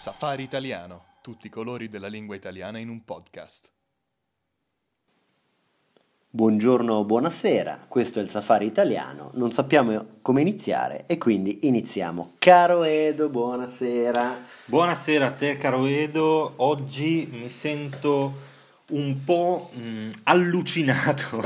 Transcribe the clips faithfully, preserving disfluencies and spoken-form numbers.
Safari Italiano, tutti i colori della lingua italiana in un podcast. Buongiorno, buonasera, questo è il Safari Italiano, non sappiamo come iniziare e quindi iniziamo. Caro Edo, buonasera. Buonasera a te caro Edo, oggi mi sento un po' mh, allucinato.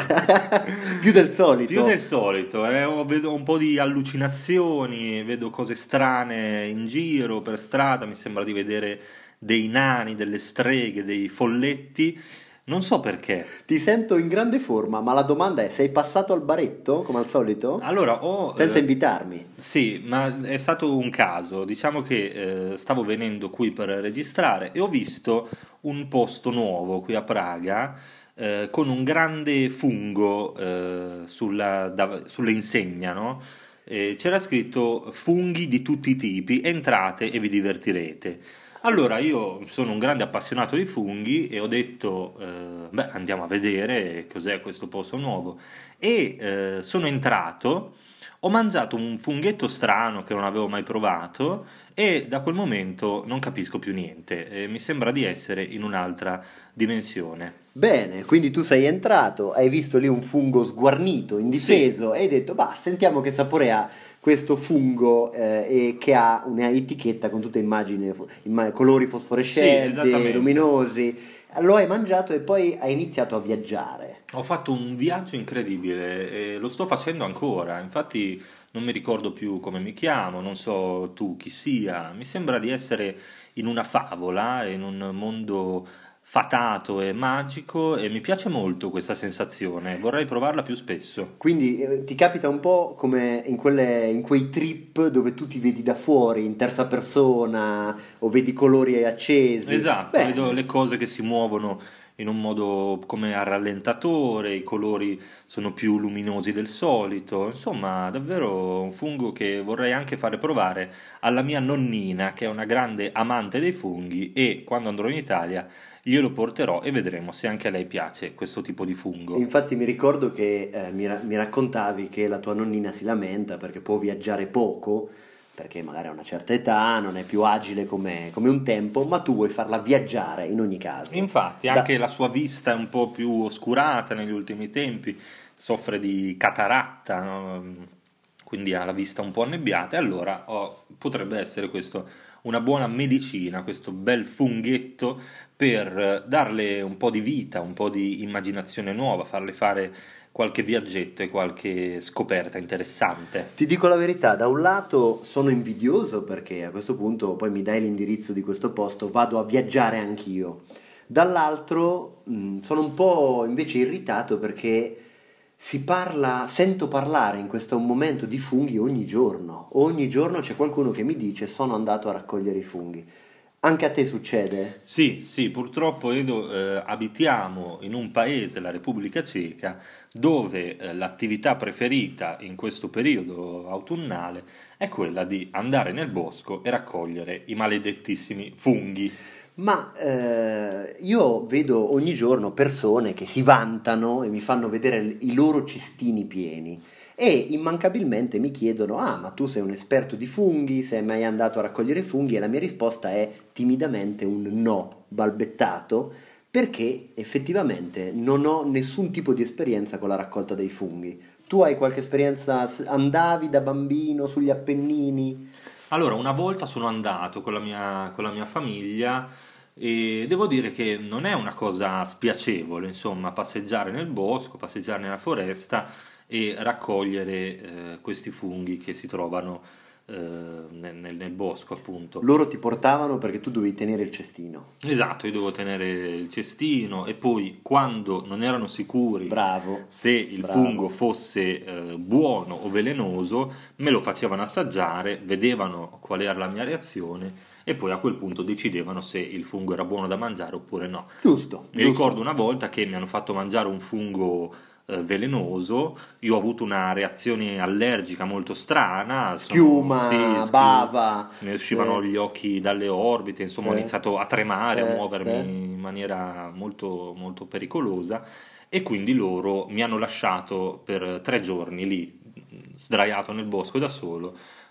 Più del solito. Più del solito, eh? Ho- vedo un po' di allucinazioni, vedo cose strane in giro, per strada, mi sembra di vedere dei nani, delle streghe, dei folletti, non so perché. Ti sento in grande forma, ma la domanda è: sei passato al baretto come al solito? Allora, ho... Senza eh, invitarmi. Sì, ma è stato un caso. Diciamo che eh, stavo venendo qui per registrare e ho visto un posto nuovo qui a Praga eh, con un grande fungo eh, sulla, da- sull'insegna, no? E c'era scritto funghi di tutti i tipi, entrate e vi divertirete. Allora io sono un grande appassionato di funghi e ho detto, eh, beh, andiamo a vedere cos'è questo posto nuovo. E eh, sono entrato. Ho mangiato un funghetto strano che non avevo mai provato e da quel momento non capisco più niente. Eh, mi sembra di essere in un'altra dimensione. Bene, quindi tu sei entrato, hai visto lì un fungo sguarnito, indifeso, e hai detto: bah, sentiamo che sapore ha questo fungo eh, e che ha una etichetta con tutte immagini, imma- colori Sì, fosforescenti, esattamente. luminosi. Lo hai mangiato e poi hai iniziato a viaggiare. Ho fatto un viaggio incredibile e lo sto facendo ancora. Infatti non mi ricordo più come mi chiamo, non so tu chi sia. Mi sembra di essere in una favola, in un mondo fatato e magico e mi piace molto questa sensazione. Vorrei provarla più spesso. Quindi eh, ti capita un po' come in, quelle, in quei trip dove tu ti vedi da fuori, in terza persona, o vedi colori accesi. Esatto, Bene. vedo le cose che si muovono in un modo come a rallentatore, i colori sono più luminosi del solito, insomma, davvero un fungo che vorrei anche fare provare alla mia nonnina, che è una grande amante dei funghi, e quando andrò in Italia glielo porterò e vedremo se anche a lei piace questo tipo di E fungo. infatti mi ricordo che eh, mi, ra- mi raccontavi che la tua nonnina si lamenta perché può viaggiare poco, perché magari ha una certa età, non è più agile come, come un tempo, ma tu vuoi farla viaggiare in ogni caso. Infatti, Da- anche la sua vista è un po' più oscurata negli ultimi tempi, soffre di cataratta, no? Quindi ha la vista un po' annebbiata, e allora oh, potrebbe essere questo una buona medicina, questo bel funghetto per eh, darle un po' di vita, un po' di immaginazione nuova, farle fare qualche viaggetto e qualche scoperta interessante. Ti dico la verità, da un lato sono invidioso perché a questo punto poi mi dai l'indirizzo di questo posto, vado a viaggiare anch'io. Dall'altro mh, sono un po' invece irritato perché si parla, sento parlare in questo momento di funghi ogni giorno. Ogni giorno c'è qualcuno che mi dice: sono andato a raccogliere i funghi. Anche a te succede? Sì, sì, purtroppo Edo, eh, abitiamo in un paese, la Repubblica Ceca, dove eh, l'attività preferita in questo periodo autunnale è quella di andare nel bosco e raccogliere i maledettissimi funghi. Ma eh, io vedo ogni giorno persone che si vantano e mi fanno vedere l- i loro cestini pieni e immancabilmente mi chiedono: ah, ma tu sei un esperto di funghi, sei mai andato a raccogliere funghi? E la mia risposta è timidamente un no, balbettato, perché effettivamente non ho nessun tipo di esperienza con la raccolta dei funghi. Tu hai qualche esperienza? S- Andavi da bambino sugli Appennini? Allora, una volta sono andato con la mia, con la mia famiglia e devo dire che non è una cosa spiacevole, insomma, passeggiare nel bosco, passeggiare nella foresta e raccogliere eh, questi funghi che si trovano eh, nel, nel- nel bosco, appunto. Loro ti portavano perché tu dovevi tenere il cestino. Esatto, io dovevo tenere il cestino e poi quando non erano sicuri Bravo, se il bravo. fungo fosse eh, buono o velenoso, me lo facevano assaggiare, vedevano qual era la mia reazione e poi a quel punto decidevano se il fungo era buono da mangiare oppure no. Giusto, Mi giusto. ricordo una volta che mi hanno fatto mangiare un fungo eh, velenoso, io ho avuto una reazione allergica molto strana, sono- Schiuma, sì, schiu- bava. mi uscivano Sì, gli occhi dalle orbite, insomma ho sì, iniziato a tremare, a sì, muovermi sì. in maniera molto, molto pericolosa e quindi loro mi hanno lasciato per tre giorni lì, sdraiato nel bosco da solo,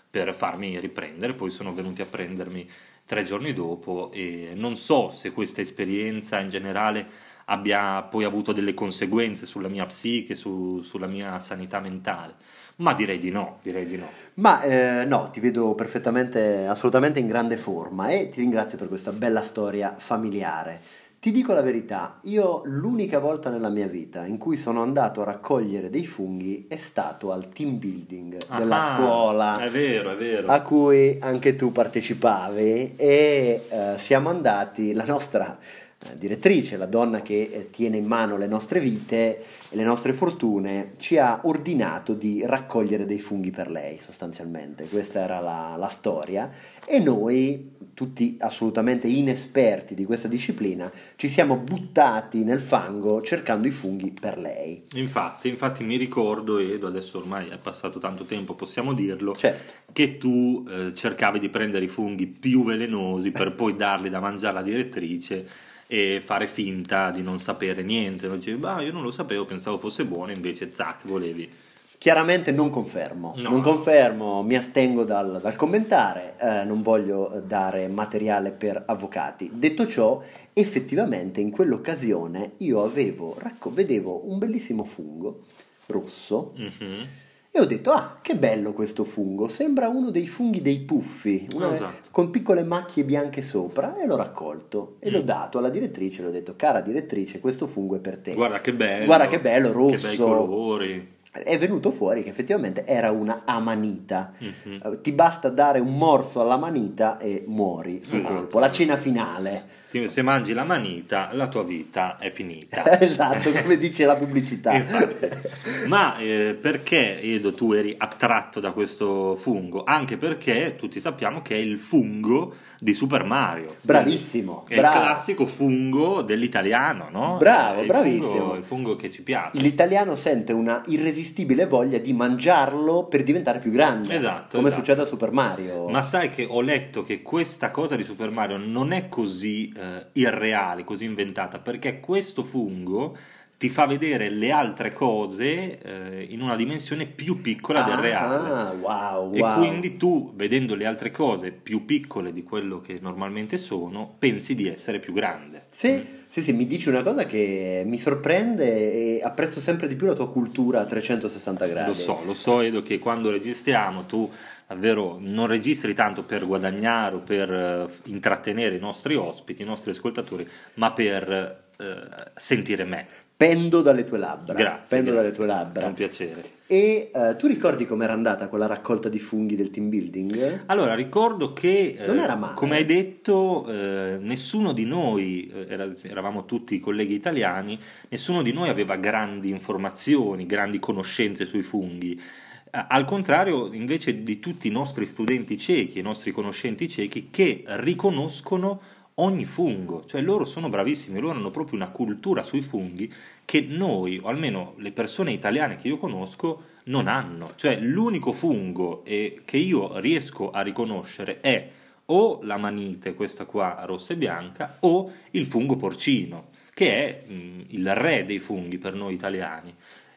per farmi riprendere. Poi sono venuti a prendermi tre giorni dopo e non so se questa esperienza in generale abbia poi avuto delle conseguenze sulla mia psiche, su, sulla mia sanità mentale, ma direi di no, direi di no. Ma eh, no, ti vedo perfettamente, assolutamente in grande forma e ti ringrazio per questa bella storia familiare. Ti dico la verità, io l'unica volta nella mia vita in cui sono andato a raccogliere dei funghi è stato al team building della Ah, scuola, è vero, è vero. a cui anche tu partecipavi e eh, siamo andati, la nostra eh, direttrice, la donna che eh, tiene in mano le nostre vite e le nostre fortune, ci ha ordinato di raccogliere dei funghi per lei sostanzialmente, questa era la, la storia e noi, tutti assolutamente inesperti di questa disciplina, ci siamo buttati nel fango cercando i funghi per lei. Infatti, infatti mi ricordo, Edo, adesso ormai è passato tanto tempo, possiamo dirlo, Certo. che tu eh, cercavi di prendere i funghi più velenosi per poi darli da mangiare alla direttrice e fare finta di non sapere niente. Non dicevi, bah, io non lo sapevo, pensavo fosse buono, invece zac, volevi. Chiaramente non confermo, No. non confermo, mi astengo dal, dal commentare, eh, non voglio dare materiale per avvocati. Detto ciò, effettivamente in quell'occasione io avevo, racco- vedevo un bellissimo fungo rosso Mhm. e ho detto, ah, che bello questo fungo, sembra uno dei funghi dei puffi, una- Esatto. con piccole macchie bianche sopra, e l'ho raccolto e Mm. l'ho dato alla direttrice, le ho detto, cara direttrice, questo fungo è per te. Guarda che bello. Guarda che bello, Che rosso. bei colori. È venuto fuori che effettivamente era una amanita. Mhm. Eh, Ti basta dare un morso all'amanita e muori sul Esatto. colpo. La cena finale. Sì, se mangi la manita, la tua vita è finita. Esatto, come dice la pubblicità. Infatti. Ma eh, perché, Edo, tu eri attratto da questo fungo? Anche perché tutti sappiamo che è il fungo di Super Mario. Bravissimo, È bravo. il classico fungo dell'italiano, no? Bravo, È il bravissimo. fungo- il fungo che ci piace. L'italiano sente una irresistibile voglia di mangiarlo per diventare più grande. Esatto, Come esatto. succede a Super Mario. Ma sai che ho letto che questa cosa di Super Mario non è così eh, irreale, così inventata, perché questo fungo ti fa vedere le altre cose eh, in una dimensione più piccola del reale. Ah, wow, E wow. quindi tu, vedendo le altre cose più piccole di quello che normalmente sono, pensi di essere più grande. Sì, Mm. sì, sì, mi dici una cosa che mi sorprende e apprezzo sempre di più la tua cultura a trecentosessanta gradi. Lo so, lo so, Edo, che quando registriamo tu davvero non registri tanto per guadagnare o per eh, intrattenere i nostri ospiti, i nostri ascoltatori, ma per eh, sentire me. Pendo dalle tue labbra. Grazie. Pendo grazie. dalle tue È labbra. un piacere. E eh, tu ricordi com'era andata quella raccolta di funghi del team building? Allora, ricordo che, eh, Non era male. come hai detto, eh, nessuno di noi, eh, era- eravamo tutti colleghi italiani, nessuno di noi aveva grandi informazioni, grandi conoscenze sui funghi. Eh, Al contrario, invece, di tutti i nostri studenti ciechi, i nostri conoscenti ciechi, che riconoscono ogni fungo, cioè loro sono bravissimi, loro hanno proprio una cultura sui funghi che noi, o almeno le persone italiane che io conosco, non hanno. Cioè l'unico fungo eh, che io riesco a riconoscere è o l'amanite, questa qua rossa e bianca, o il fungo porcino, che è mh, il re dei funghi per noi italiani.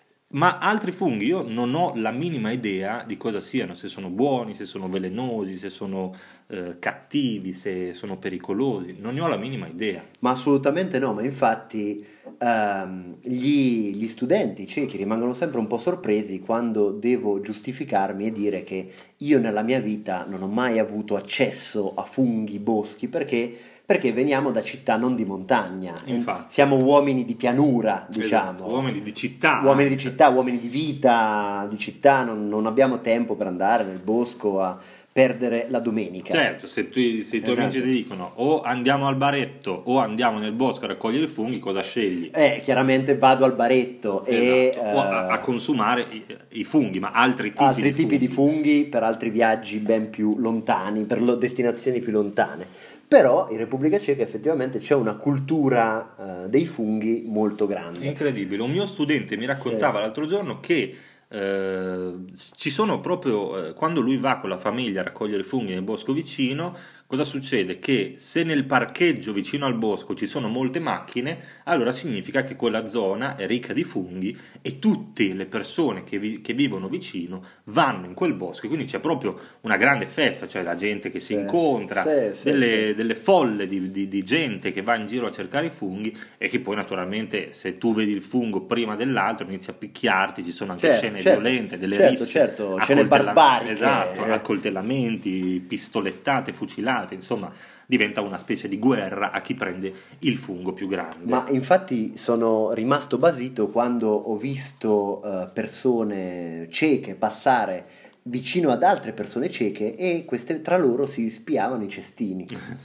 Ma altri funghi io non ho la minima idea di cosa siano, se sono buoni, se sono velenosi, se sono eh, cattivi, se sono pericolosi, non ne ho la minima idea. Ma assolutamente no, ma infatti ehm, gli, gli studenti ciechi rimangono sempre un po' sorpresi quando devo giustificarmi e dire che io nella mia vita non ho mai avuto accesso a funghi, boschi, perché, perché veniamo da città non di montagna. Infatti. Siamo uomini di pianura, diciamo. Esatto, uomini di città. Uomini di città, uomini di vita, di città, non, non abbiamo tempo per andare nel bosco a perdere la domenica. Certo, se, tu, se i tuoi Esatto. amici ti dicono o andiamo al baretto o andiamo nel bosco a raccogliere i funghi, cosa scegli? Eh, chiaramente vado al baretto e Esatto. O a, a eh, consumare i, i funghi, ma altri tipi, altri di, tipi funghi. di funghi per altri viaggi ben più lontani, per lo- destinazioni più lontane. Però in Repubblica Ceca effettivamente c'è una cultura eh, dei funghi molto grande. Incredibile, un mio studente mi raccontava Sì. l'altro giorno che eh, ci sono proprio, eh, quando lui va con la famiglia a raccogliere funghi nel bosco vicino, cosa succede? Che se nel parcheggio vicino al bosco ci sono molte macchine, allora significa che quella zona è ricca di funghi e tutte le persone che, vi- che vivono vicino vanno in quel bosco, e quindi c'è proprio una grande festa, cioè la gente che si Sì, incontra, sì, sì, delle, sì. delle folle di, di- di gente che va in giro a cercare i funghi, e che poi naturalmente se tu vedi il fungo prima dell'altro inizi a picchiarti, ci sono anche Certo, scene certo, violente, delle certo, risse, certo, scene accoltella- barbariche. esatto, eh. accoltellamenti, pistolettate, fucilate, insomma diventa una specie di guerra a chi prende il fungo più grande. Ma infatti sono rimasto basito quando ho visto eh, persone cieche passare vicino ad altre persone cieche e queste tra loro si spiavano i cestini.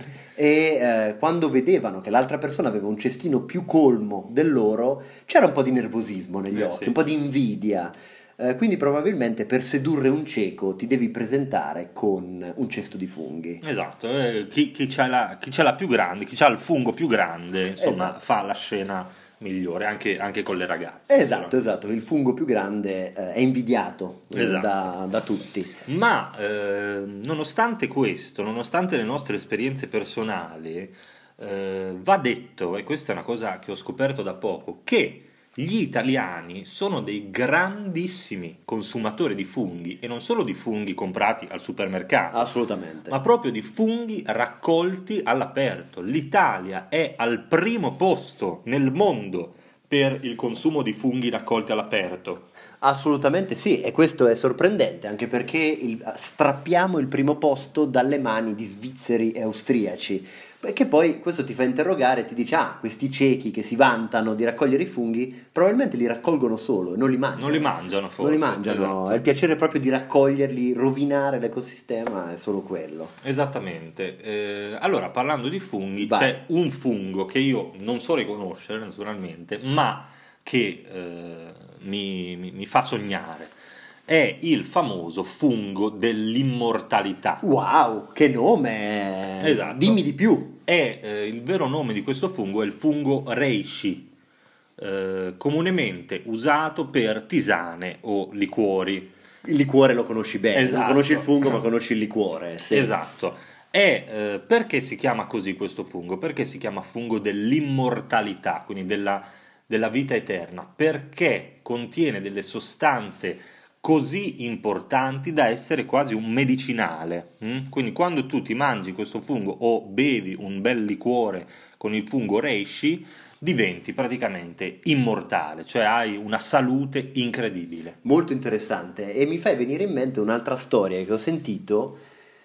E eh, quando vedevano che l'altra persona aveva un cestino più colmo del loro, c'era un po' di nervosismo negli Eh, occhi, sì. un po' di invidia. Eh, quindi probabilmente per sedurre un cieco ti devi presentare con un cesto di funghi. Esatto, eh, chi, chi c'ha la, chi c'ha la più grande, chi c'ha il fungo più grande, insomma, Esatto. fa la scena migliore anche, anche con le ragazze. Esatto, esatto, il fungo più grande eh, è invidiato eh, Esatto. da, da tutti. Ma eh, nonostante questo, nonostante le nostre esperienze personali, eh, va detto, e questa è una cosa che ho scoperto da poco, che gli italiani sono dei grandissimi consumatori di funghi, e non solo di funghi comprati al supermercato, Assolutamente. ma proprio di funghi raccolti all'aperto. L'Italia è al primo posto nel mondo per il consumo di funghi raccolti all'aperto. Assolutamente sì, e questo è sorprendente anche perché il- strappiamo il primo posto dalle mani di svizzeri e austriaci, perché poi questo ti fa interrogare e ti dice ah, questi ciechi che si vantano di raccogliere i funghi probabilmente li raccolgono solo e non li mangiano. Non li mangiano forse. Non li mangiano, esatto. è il piacere proprio di raccoglierli, rovinare l'ecosistema, è solo quello. Esattamente. Eh, allora, parlando di funghi, Vai. c'è un fungo che io non so riconoscere naturalmente, ma che eh, mi, mi- mi fa sognare. È il famoso fungo dell'immortalità. Wow, che nome! Esatto. Dimmi di più. È, eh, il vero nome di questo fungo è il fungo reishi, eh, comunemente usato per tisane o liquori. Il liquore lo conosci bene, Esatto. non conosci il fungo ma conosci il liquore. Sì. Esatto. E eh, perché si chiama così questo fungo? Perché si chiama fungo dell'immortalità, quindi della, della vita eterna? Perché contiene delle sostanze così importanti da essere quasi un medicinale. mm? Quindi quando tu ti mangi questo fungo o bevi un bel liquore con il fungo reishi, diventi praticamente immortale, cioè hai una salute incredibile. Molto interessante e mi fai venire in mente un'altra storia che ho sentito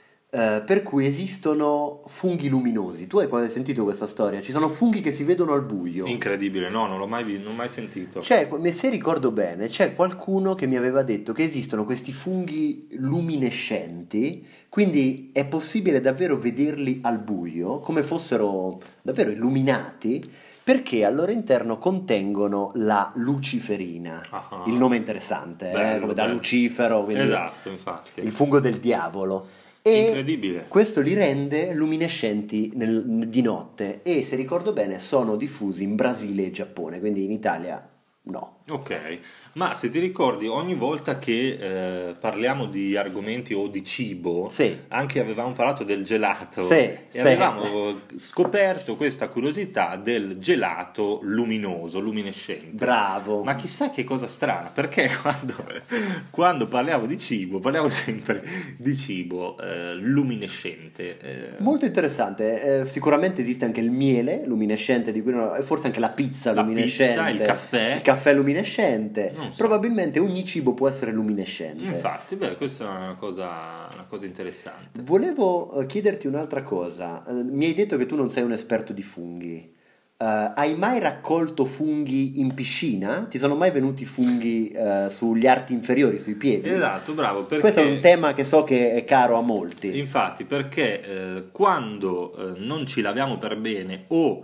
eh, per cui esistono funghi luminosi. Tu hai quando hai sentito questa storia? Ci sono funghi che si vedono al buio. Incredibile, no, non l'ho mai, vi- non l'ho mai sentito. C'è, se ricordo bene, c'è qualcuno che mi aveva detto che esistono questi funghi luminescenti, quindi è possibile davvero vederli al buio, come fossero davvero illuminati, perché al loro interno contengono la luciferina. Ah. Il nome è interessante, eh, Bello, come da bello. Lucifero, quindi Esatto, infatti. il fungo del diavolo. E Incredibile. questo li rende luminescenti nel- di notte e se ricordo bene sono diffusi in Brasile e Giappone, quindi in Italia no. Ok, ma se ti ricordi, ogni volta che eh, parliamo di argomenti o di cibo, Sì. anche avevamo parlato del gelato Sì, e sì. avevamo scoperto questa curiosità del gelato luminoso, luminescente. Bravo. Ma chissà che cosa strana, perché quando, quando parliamo di cibo, parliamo sempre di cibo eh, luminescente. eh, Molto interessante, eh, sicuramente esiste anche il miele luminescente di cui non- e forse anche la pizza La luminescente, pizza, il caffè. il caffè luminescente, Non so. probabilmente ogni cibo può essere luminescente. Infatti, beh, questa è una cosa, una cosa interessante. Volevo eh, chiederti un'altra cosa, Eh, mi hai detto che tu non sei un esperto di funghi. Eh, hai mai raccolto funghi in piscina? Ti sono mai venuti funghi eh, sugli arti inferiori, sui piedi? Esatto, bravo, perché... Questo è un tema che so che è caro a molti. Infatti, perché eh, quando eh, non ci laviamo per bene o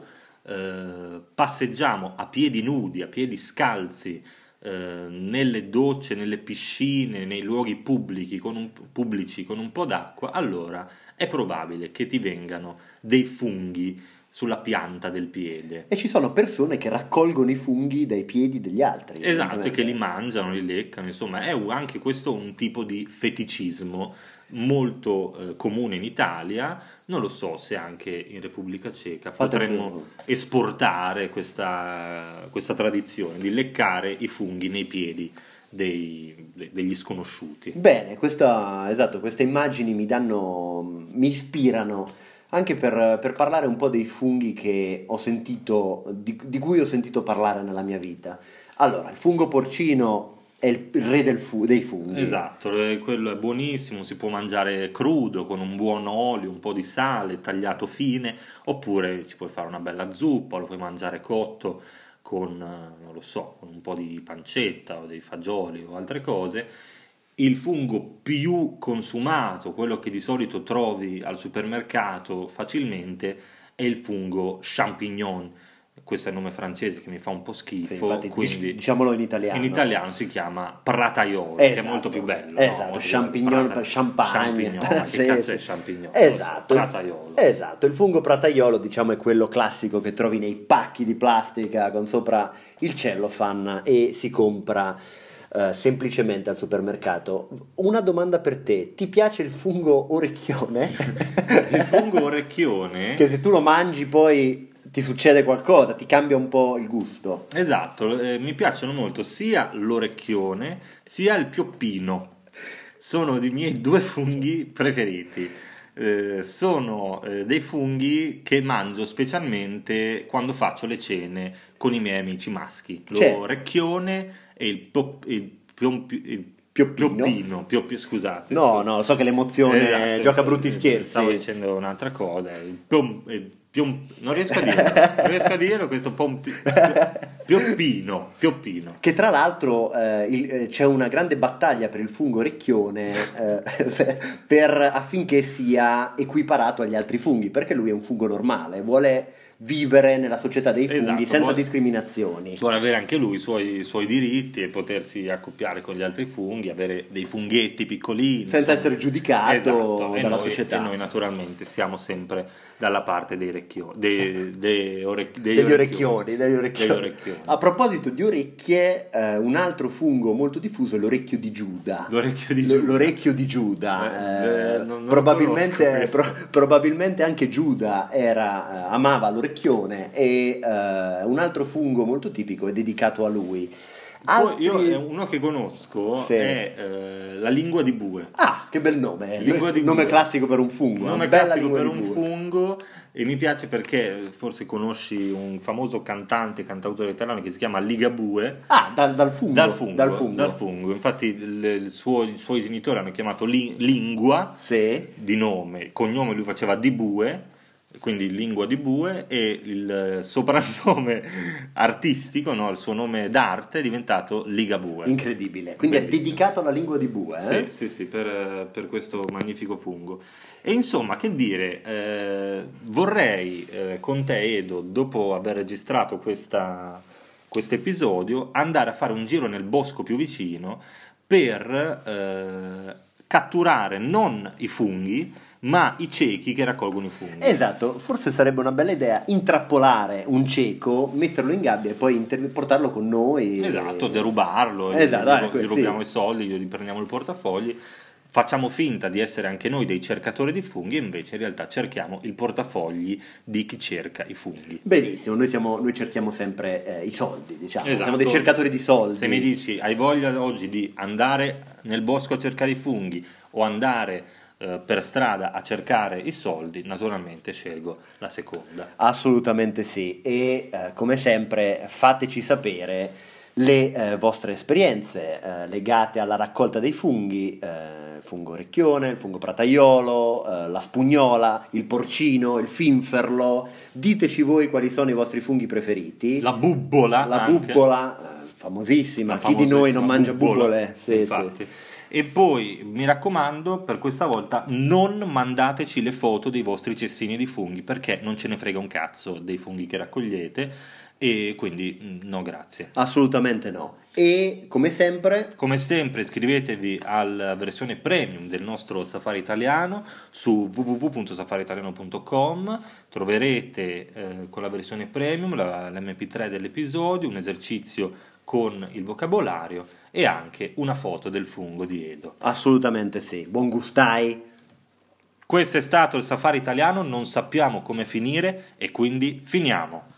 eh, passeggiamo a piedi nudi, a piedi scalzi, eh, nelle docce, nelle piscine, nei luoghi pubblici con, un, pubblici con un po' d'acqua, allora è probabile che ti vengano dei funghi sulla pianta del piede. E ci sono persone che raccolgono i funghi dai piedi degli altri. Esatto, e che li mangiano, li leccano, insomma, è anche questo un tipo di feticismo molto eh, comune in Italia. Non lo so se anche in Repubblica Ceca potremmo esportare questa, questa tradizione di leccare i funghi nei piedi dei, degli sconosciuti. Bene, questa, esatto, queste immagini mi danno, mi ispirano anche per, per parlare un po' dei funghi che ho sentito, di, di cui ho sentito parlare nella mia vita. Allora, il fungo porcino è il re del fu- dei funghi. Esatto, quello è buonissimo, si può mangiare crudo con un buon olio, un po' di sale, tagliato fine, oppure ci puoi fare una bella zuppa, lo puoi mangiare cotto con, non lo so, con un po' di pancetta o dei fagioli o altre cose. Il fungo più consumato, quello che di solito trovi al supermercato facilmente, è il fungo champignon. Questo è il nome francese che mi fa un po' schifo, sì, infatti, quindi diciamolo in italiano. In italiano si chiama prataiolo, esatto, che è molto più bello. Esatto, no? champignon, Prata... champagne. Champignon, ma che sì, cazzo sì. è champignon? Esatto, Prataiolo. Esatto, il fungo prataiolo, diciamo, è quello classico che trovi nei pacchi di plastica con sopra il cellophane e si compra Uh, semplicemente al supermercato. Una domanda per te: ti piace il fungo orecchione? Il fungo orecchione? Che se tu lo mangi poi ti succede qualcosa, ti cambia un po' il gusto. Esatto, eh, mi piacciono molto sia l'orecchione sia il pioppino. Sono i miei due funghi preferiti. Eh, sono eh, dei funghi che mangio specialmente quando faccio le cene con i miei amici maschi. L'orecchione e il, pop, il, piom, il Pioppino. Pioppino, Pioppino, scusate. No, no, so che l'emozione esatto, gioca brutti scherzi. Stavo dicendo un'altra cosa. Il piom, il piom, non riesco a dirlo, non riesco a dirlo questo pompi, pioppino, pioppino. Che tra l'altro eh, il, eh, c'è una grande battaglia per il fungo orecchione eh, per, affinché sia equiparato agli altri funghi, perché lui è un fungo normale, vuole vivere nella società dei funghi, esatto, senza vuole, discriminazioni. Vuole avere anche lui i suoi, suoi diritti e potersi accoppiare con gli altri funghi, avere dei funghetti piccolini. Senza insomma. essere giudicato esatto, dalla e noi, società. E noi naturalmente siamo sempre dalla parte dei, recchio, dei, dei orec, dei degli, orecchioni, orecchioni, degli orecchioni. Degli orecchioni. A proposito di orecchie, eh, un altro fungo molto diffuso è l'orecchio di Giuda. L'orecchio di Giuda. L'orecchio di Giuda. Eh, eh, non, non probabilmente, pro, probabilmente anche Giuda era, amava l'orecchio e uh, un altro fungo molto tipico è dedicato a lui. Altri... Io uno che conosco sì. è uh, la lingua di bue. Ah, che bel nome! Lingua di nome bue. classico per un fungo. Nome classico per un fungo e mi piace perché forse conosci un famoso cantante, cantautore italiano che si chiama Ligabue. Ah, dal, dal fungo. Dal fungo. Dal fungo. Dal fungo. Infatti il, il suo, i suoi genitori hanno chiamato li, Lingua sì. di nome, cognome lui faceva Di Bue. Quindi lingua di bue e il soprannome artistico, no, il suo nome d'arte è diventato Ligabue. Incredibile, quindi bellissimo. È dedicato alla lingua di bue. Eh? Sì, sì, sì, per, per questo magnifico fungo. E insomma, che dire, eh, vorrei eh, con te Edo, dopo aver registrato questa, questo episodio, andare a fare un giro nel bosco più vicino per eh, catturare non i funghi, ma i ciechi che raccolgono i funghi. Esatto, forse sarebbe una bella idea intrappolare un cieco, metterlo in gabbia e poi inter- portarlo con noi. Esatto, derubarlo, esatto, gli, ecco, gli rubiamo sì. i soldi, gli prendiamo il portafogli, facciamo finta di essere anche noi dei cercatori di funghi e invece in realtà cerchiamo il portafogli di chi cerca i funghi. Benissimo, noi, siamo, noi cerchiamo sempre eh, i soldi, diciamo, esatto. Siamo dei cercatori di soldi. Se mi dici hai voglia oggi di andare nel bosco a cercare i funghi o andare per strada a cercare i soldi, naturalmente scelgo la seconda. Assolutamente sì, e eh, come sempre fateci sapere le eh, vostre esperienze eh, legate alla raccolta dei funghi, eh, fungo orecchione, il fungo prataiolo, eh, la spugnola, il porcino, il finferlo. Diteci voi quali sono i vostri funghi preferiti. La bubbola, la anche. bubbola, eh, famosissima. La Chi di noi non mangia bubbola, bubbole? Sì, infatti. Sì. E poi mi raccomando, per questa volta non mandateci le foto dei vostri cestini di funghi, perché non ce ne frega un cazzo dei funghi che raccogliete e quindi no grazie. Assolutamente no. E come sempre, Come sempre iscrivetevi alla versione premium del nostro Safari Italiano su w w w punto safari italiano punto com. Troverete eh, con la versione premium la, l'emme pi tre dell'episodio, un esercizio con il vocabolario e anche una foto del fungo di Edo. assolutamente sì. Buon gustai. Questo è stato il Safari Italiano, non sappiamo come finire e quindi finiamo.